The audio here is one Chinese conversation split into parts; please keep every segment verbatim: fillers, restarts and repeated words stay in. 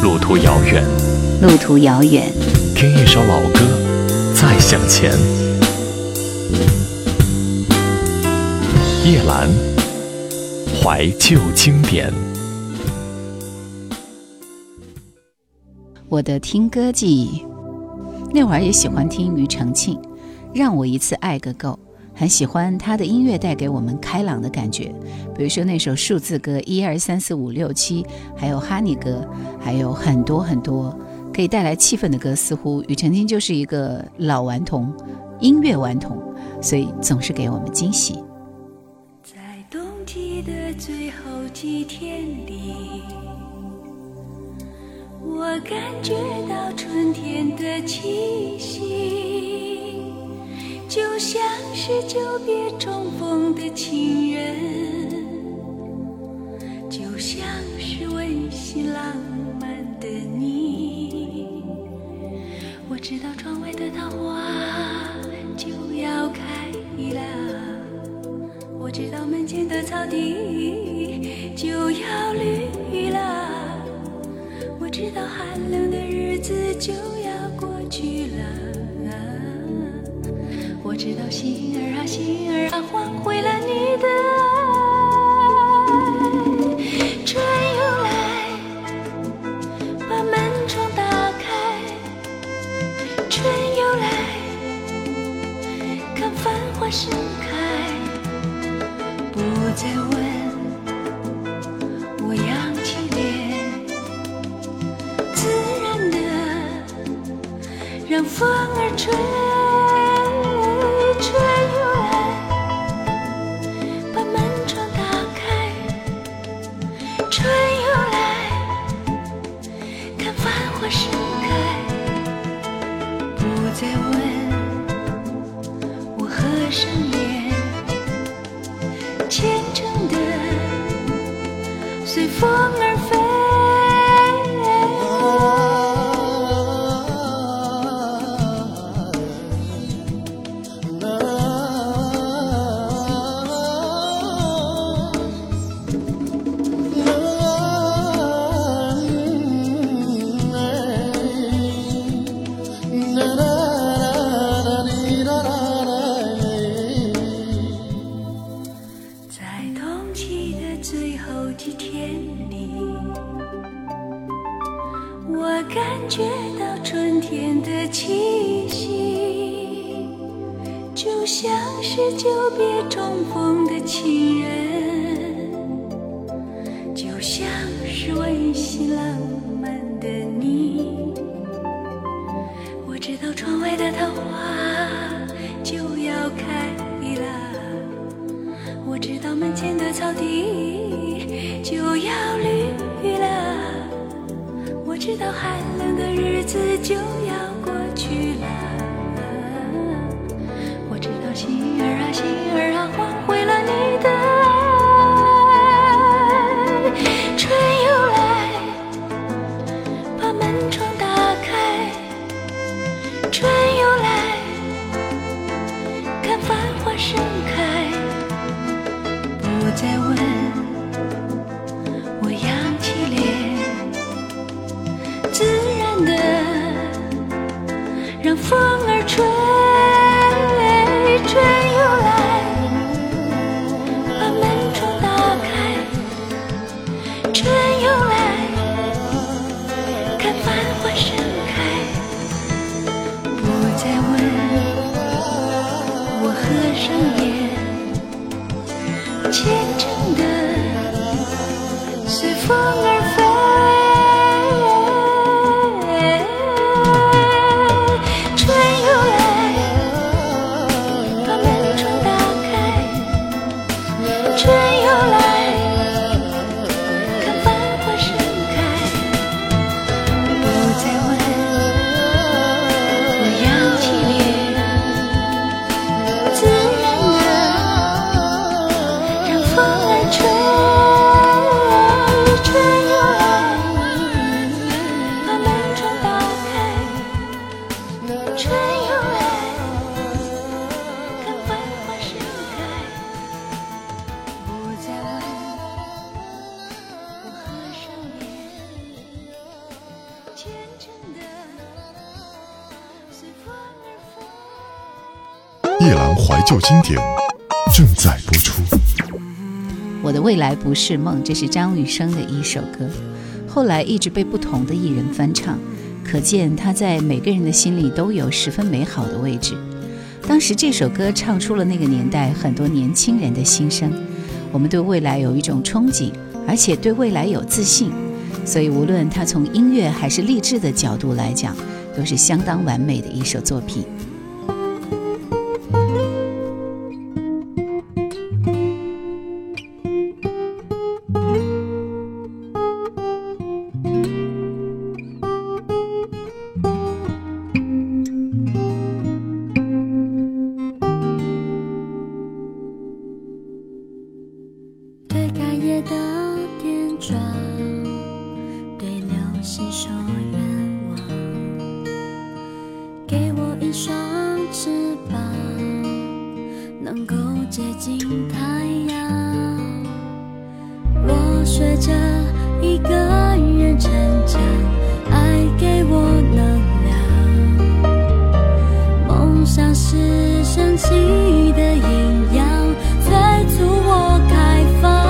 路途遥远， 路途遥远， 听一首老歌，再向前。叶兰，怀旧经典。 我的听歌记忆，那会儿也喜欢听庾澄庆，让我一次爱个够，很喜欢他的音乐带给我们开朗的感觉，比如说那首数字歌一二三四五六七，还有哈尼歌，还有很多很多可以带来气氛的歌。似乎庾澄庆就是一个老顽童，音乐顽童，所以总是给我们惊喜。 在冬季的最后几天里，我感觉到春天的气息，就像是久别重逢的情人，就像是温馨浪漫的你。我知道窗外的桃花就要开了，我知道门前的草地就要绿了，我知道寒冷的日子就要过去了，我知道心儿啊心儿啊换回了你的爱。春又来，把门窗打开，春又来，看繁花盛开，不再问我扬起脸，自然的让风儿吹，春又来，把门窗打开，春又来，看繁花盛开，不再问我合上眼，虔诚的随风而飞。感觉到春天的气息，就像是久别重逢的情人，就像是温馨浪漫的你。我知道窗外的桃花就要开了，我知道门前的草地就要绿了，我知道寒冷的日子就要过去了，我知道心儿啊心儿啊换回了你的爱。春又来，把门窗打开，春又来，看繁花盛开，不再问我扬起脸，自然的让风儿吹，春又来，把门窗打开，春又来，看繁花盛开，不再问我合上眼，虔诚的随风而飞。春又来， 虔诚的随风而夜郎怀旧经典正在播出。 我的未来不是梦，这是张雨生的一首歌，后来一直被不同的艺人翻唱，可见他在每个人的心里都有十分美好的位置。当时这首歌唱出了那个年代很多年轻人的心声，我们对未来有一种憧憬，而且对未来有自信，所以无论他从音乐还是励志的角度来讲，都是相当完美的一首作品。 对开业的店装，对流星说愿望，给我一双翅膀，能够接近太阳。我学着一个人成长，爱给我能量，梦想是升起的阴阳，催促我开放。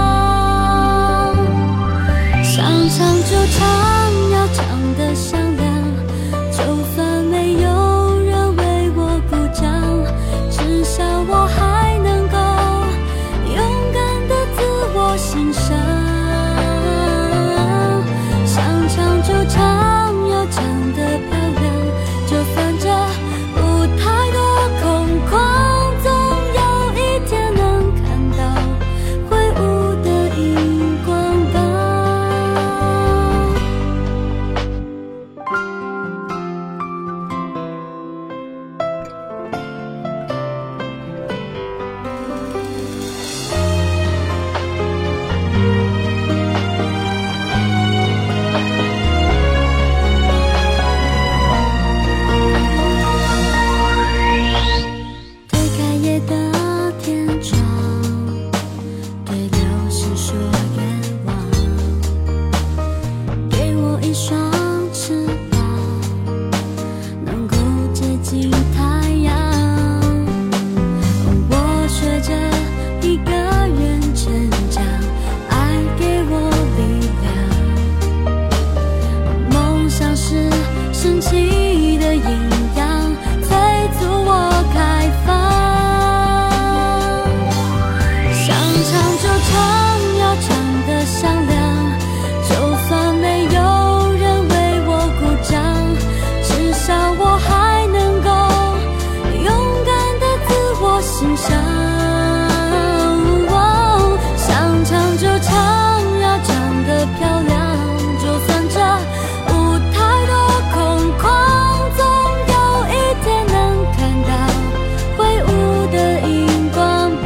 想唱就唱，要唱得响亮，就算没有人为我鼓掌，至少我还能够勇敢地自我欣赏。想唱就唱，要唱得漂亮，就算这舞台多空旷，总有一天能看到挥舞的荧光棒。对开业的天窗，对流星说愿望，给我一双翅膀，能够接近太阳。我学着一个人成长，爱给我力量，梦想是升起的阴阳，催促我开放。想唱就唱，要唱得响亮，就算没有人为我鼓掌，至少我还能够勇敢地自我欣赏。想唱就唱，要唱得漂亮，就算这舞台多空旷，总有一天能看到挥舞的荧光棒。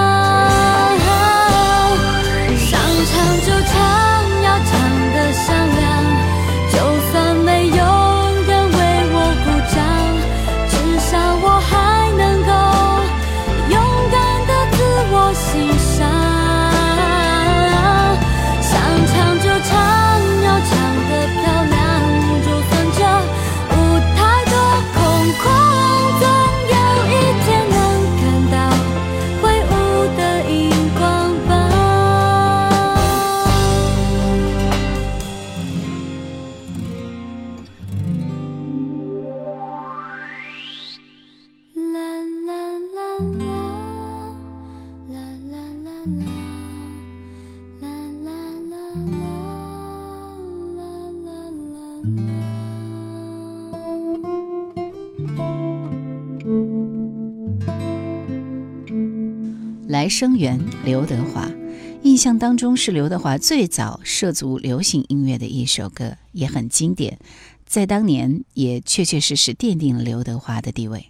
想唱就唱，要唱得响亮，就算没有人为我鼓掌，至少我还能够勇敢地自我欣赏。想唱就唱，要唱得漂亮，就算这舞台多空旷，总有一天能看到挥舞的荧光棒。啦啦啦啦，啦啦啦啦，啦啦啦啦，啦啦啦。 来生缘，刘德华，印象当中是刘德华最早涉足流行音乐的一首歌，也很经典，在当年也确确实实奠定了刘德华的地位。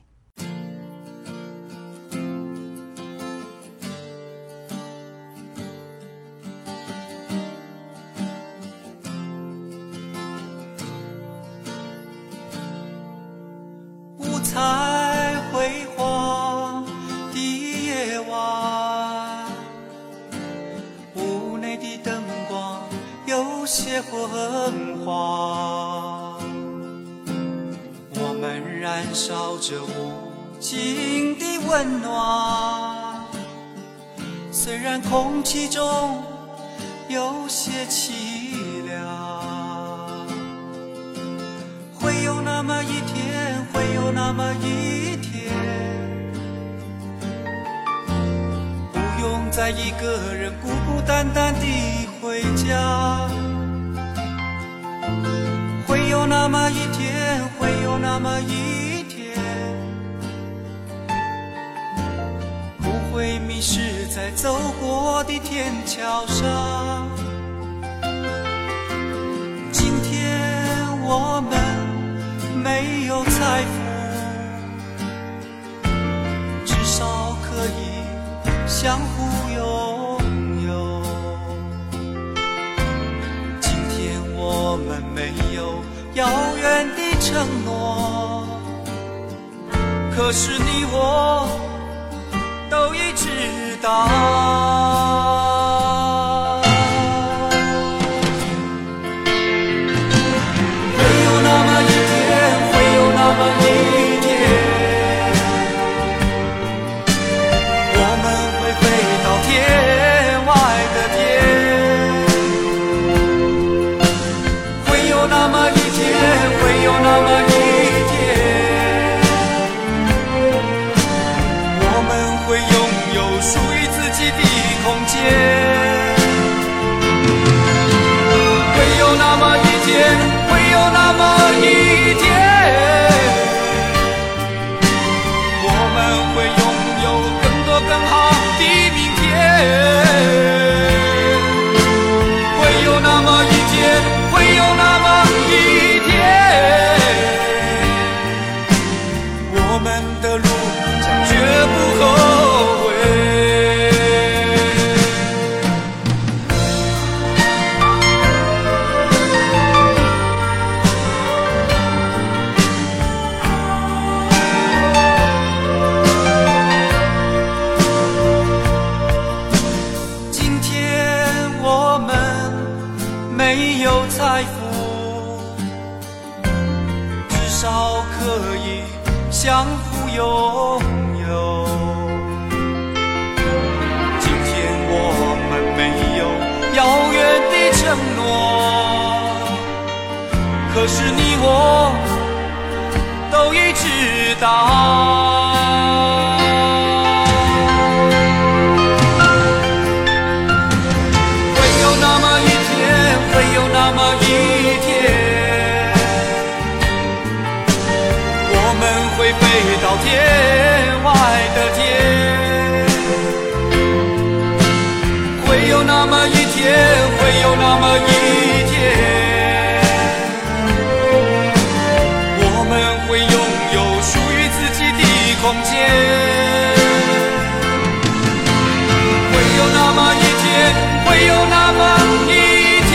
五彩辉煌的夜晚，屋内的灯光有些昏黄， 燃烧着无尽的温暖。虽然空气中有些凄凉，会有那么一天，会有那么一天，不用再一个人孤孤单单地回家。会有那么一天，会有那么一天，不会迷失在走过的天桥上。今天我们没有财富，至少可以相互拥有。今天我们没有遥远的承诺，可是你我都已知道。会有那么一天，会有那么一天，我们会飞到天外的天。会有那么一天，会有那么一天，我们会拥有属于自己的空间。会有那么一天，会有那么一天，我们会拥有更多更好的明天。会有那么一天，会有那么一天，我们的路将绝不后悔。今天我们没有财富，至少可以相互拥有。今天我们没有遥远的承诺，可是你我都已知道。会有那么一天，会有那么一天，我们会飞到天外的天。会有那么一天，会有那么一天，我们会拥有属于自己的空间。会有那么一天，会有那么一天，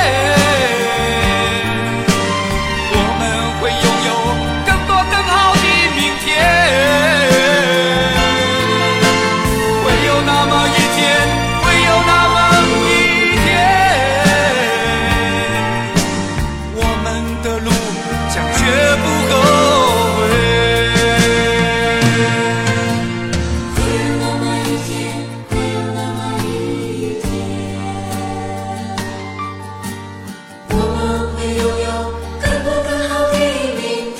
我们会拥有更多更好的明天。会有那么一天，会有那么一天，我们的路将绝不后悔。 会有那么一天，会有那么一天，我们会拥有更多更好的明天。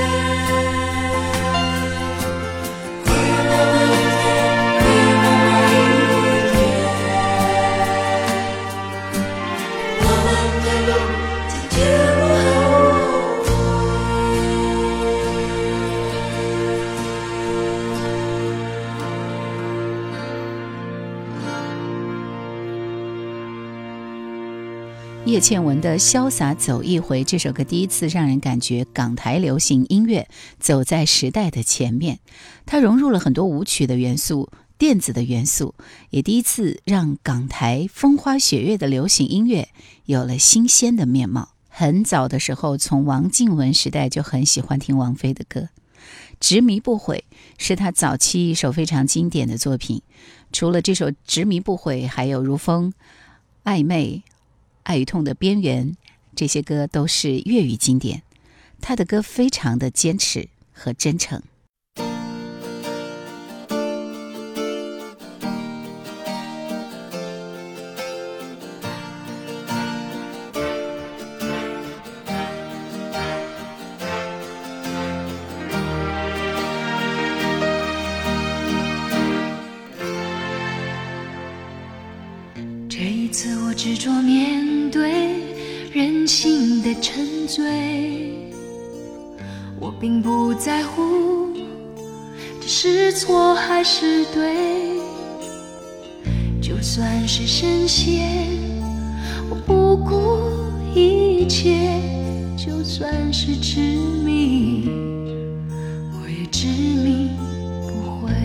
会有那么一天，会有那么一天，我们的路将绝不后悔。 叶倩文的《潇洒走一回》这首歌第一次让人感觉港台流行音乐走在时代的前面，它融入了很多舞曲的元素、电子的元素，也第一次让港台风花雪月的流行音乐有了新鲜的面貌。很早的时候，从王静文时代就很喜欢听王菲的歌，《执迷不悔》是她早期一首非常经典的作品。除了这首《执迷不悔》，还有《如风》、《暧昧》、《爱与痛的边缘》，这些歌都是粤语经典。她的歌非常的坚持， 和真诚。 这一次我执着面对人性的沉醉，我并不在乎这是错还是对，就算是深陷我不顾一切，就算是执迷我也执迷不悔。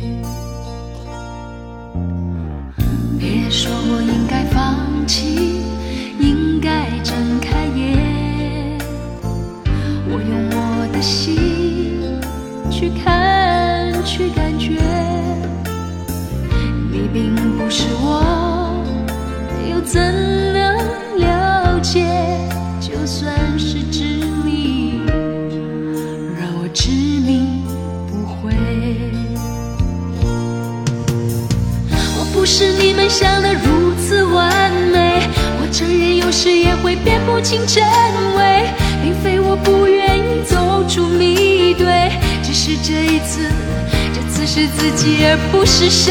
别说我应该放弃，应该睁开眼，我用我的心去看去感觉，你并不是我，又怎能了解，就算是执迷，让我执迷不悔。我不是你们想的如此完美，我承认有时也会辨不清真伪，并非我不愿意走出迷堆，只是这一次，这次是自己而不是谁。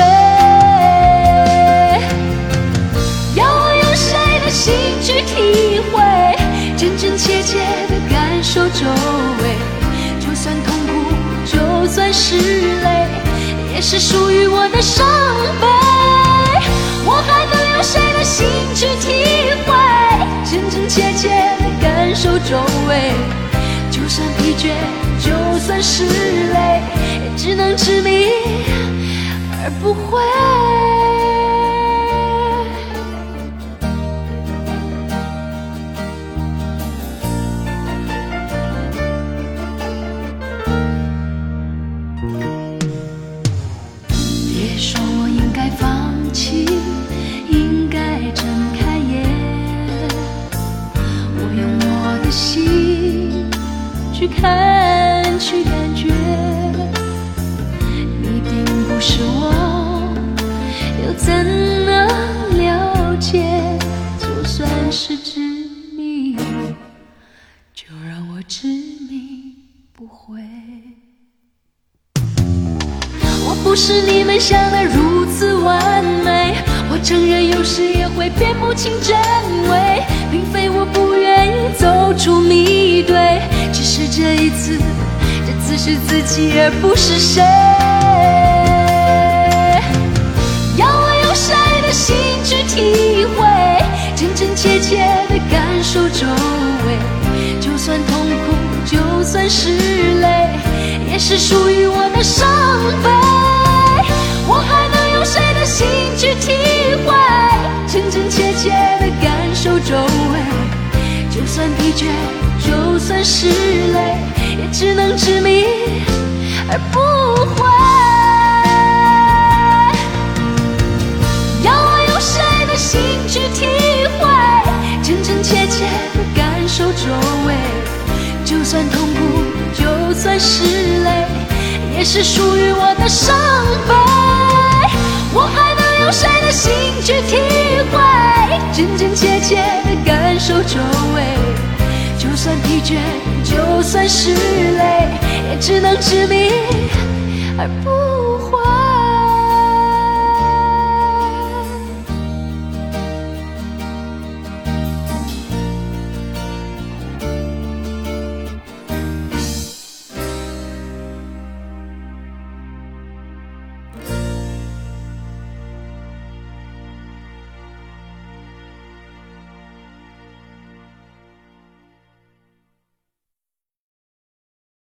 要我用谁的心去体会，真真切切的感受周围，就算痛苦，就算是泪，也是属于我的伤悲。我还能用谁的心去体会，真真切切的感受周围，就算疲倦，就算是累，也只能执迷而不悔。别说我应该放弃，应该睁开眼，我用我的心去看去感觉，你并不是我，又怎能了解，就算是执迷，就让我执迷不悔。我不是你们想的如此完美，我承认有时也会辨不清真伪，并非我不愿意走出迷堆，只是这一次，这次是自己而不是谁。要我用谁的心去体会，真真切切的感受周围，就算痛苦，就算是累，也是属于我的伤悲。我还能用谁的心去体会，真真切切的感受周围，就算疲倦，就算是累，也只能执迷而不悔。要我用谁的心去体会，真真切切的感受周围，就算痛苦，就算是累，也是属于我的伤悲。我还能用谁的心去体会，真真切切的感受周围，就算疲倦，就算是累，也只能执迷而不悔。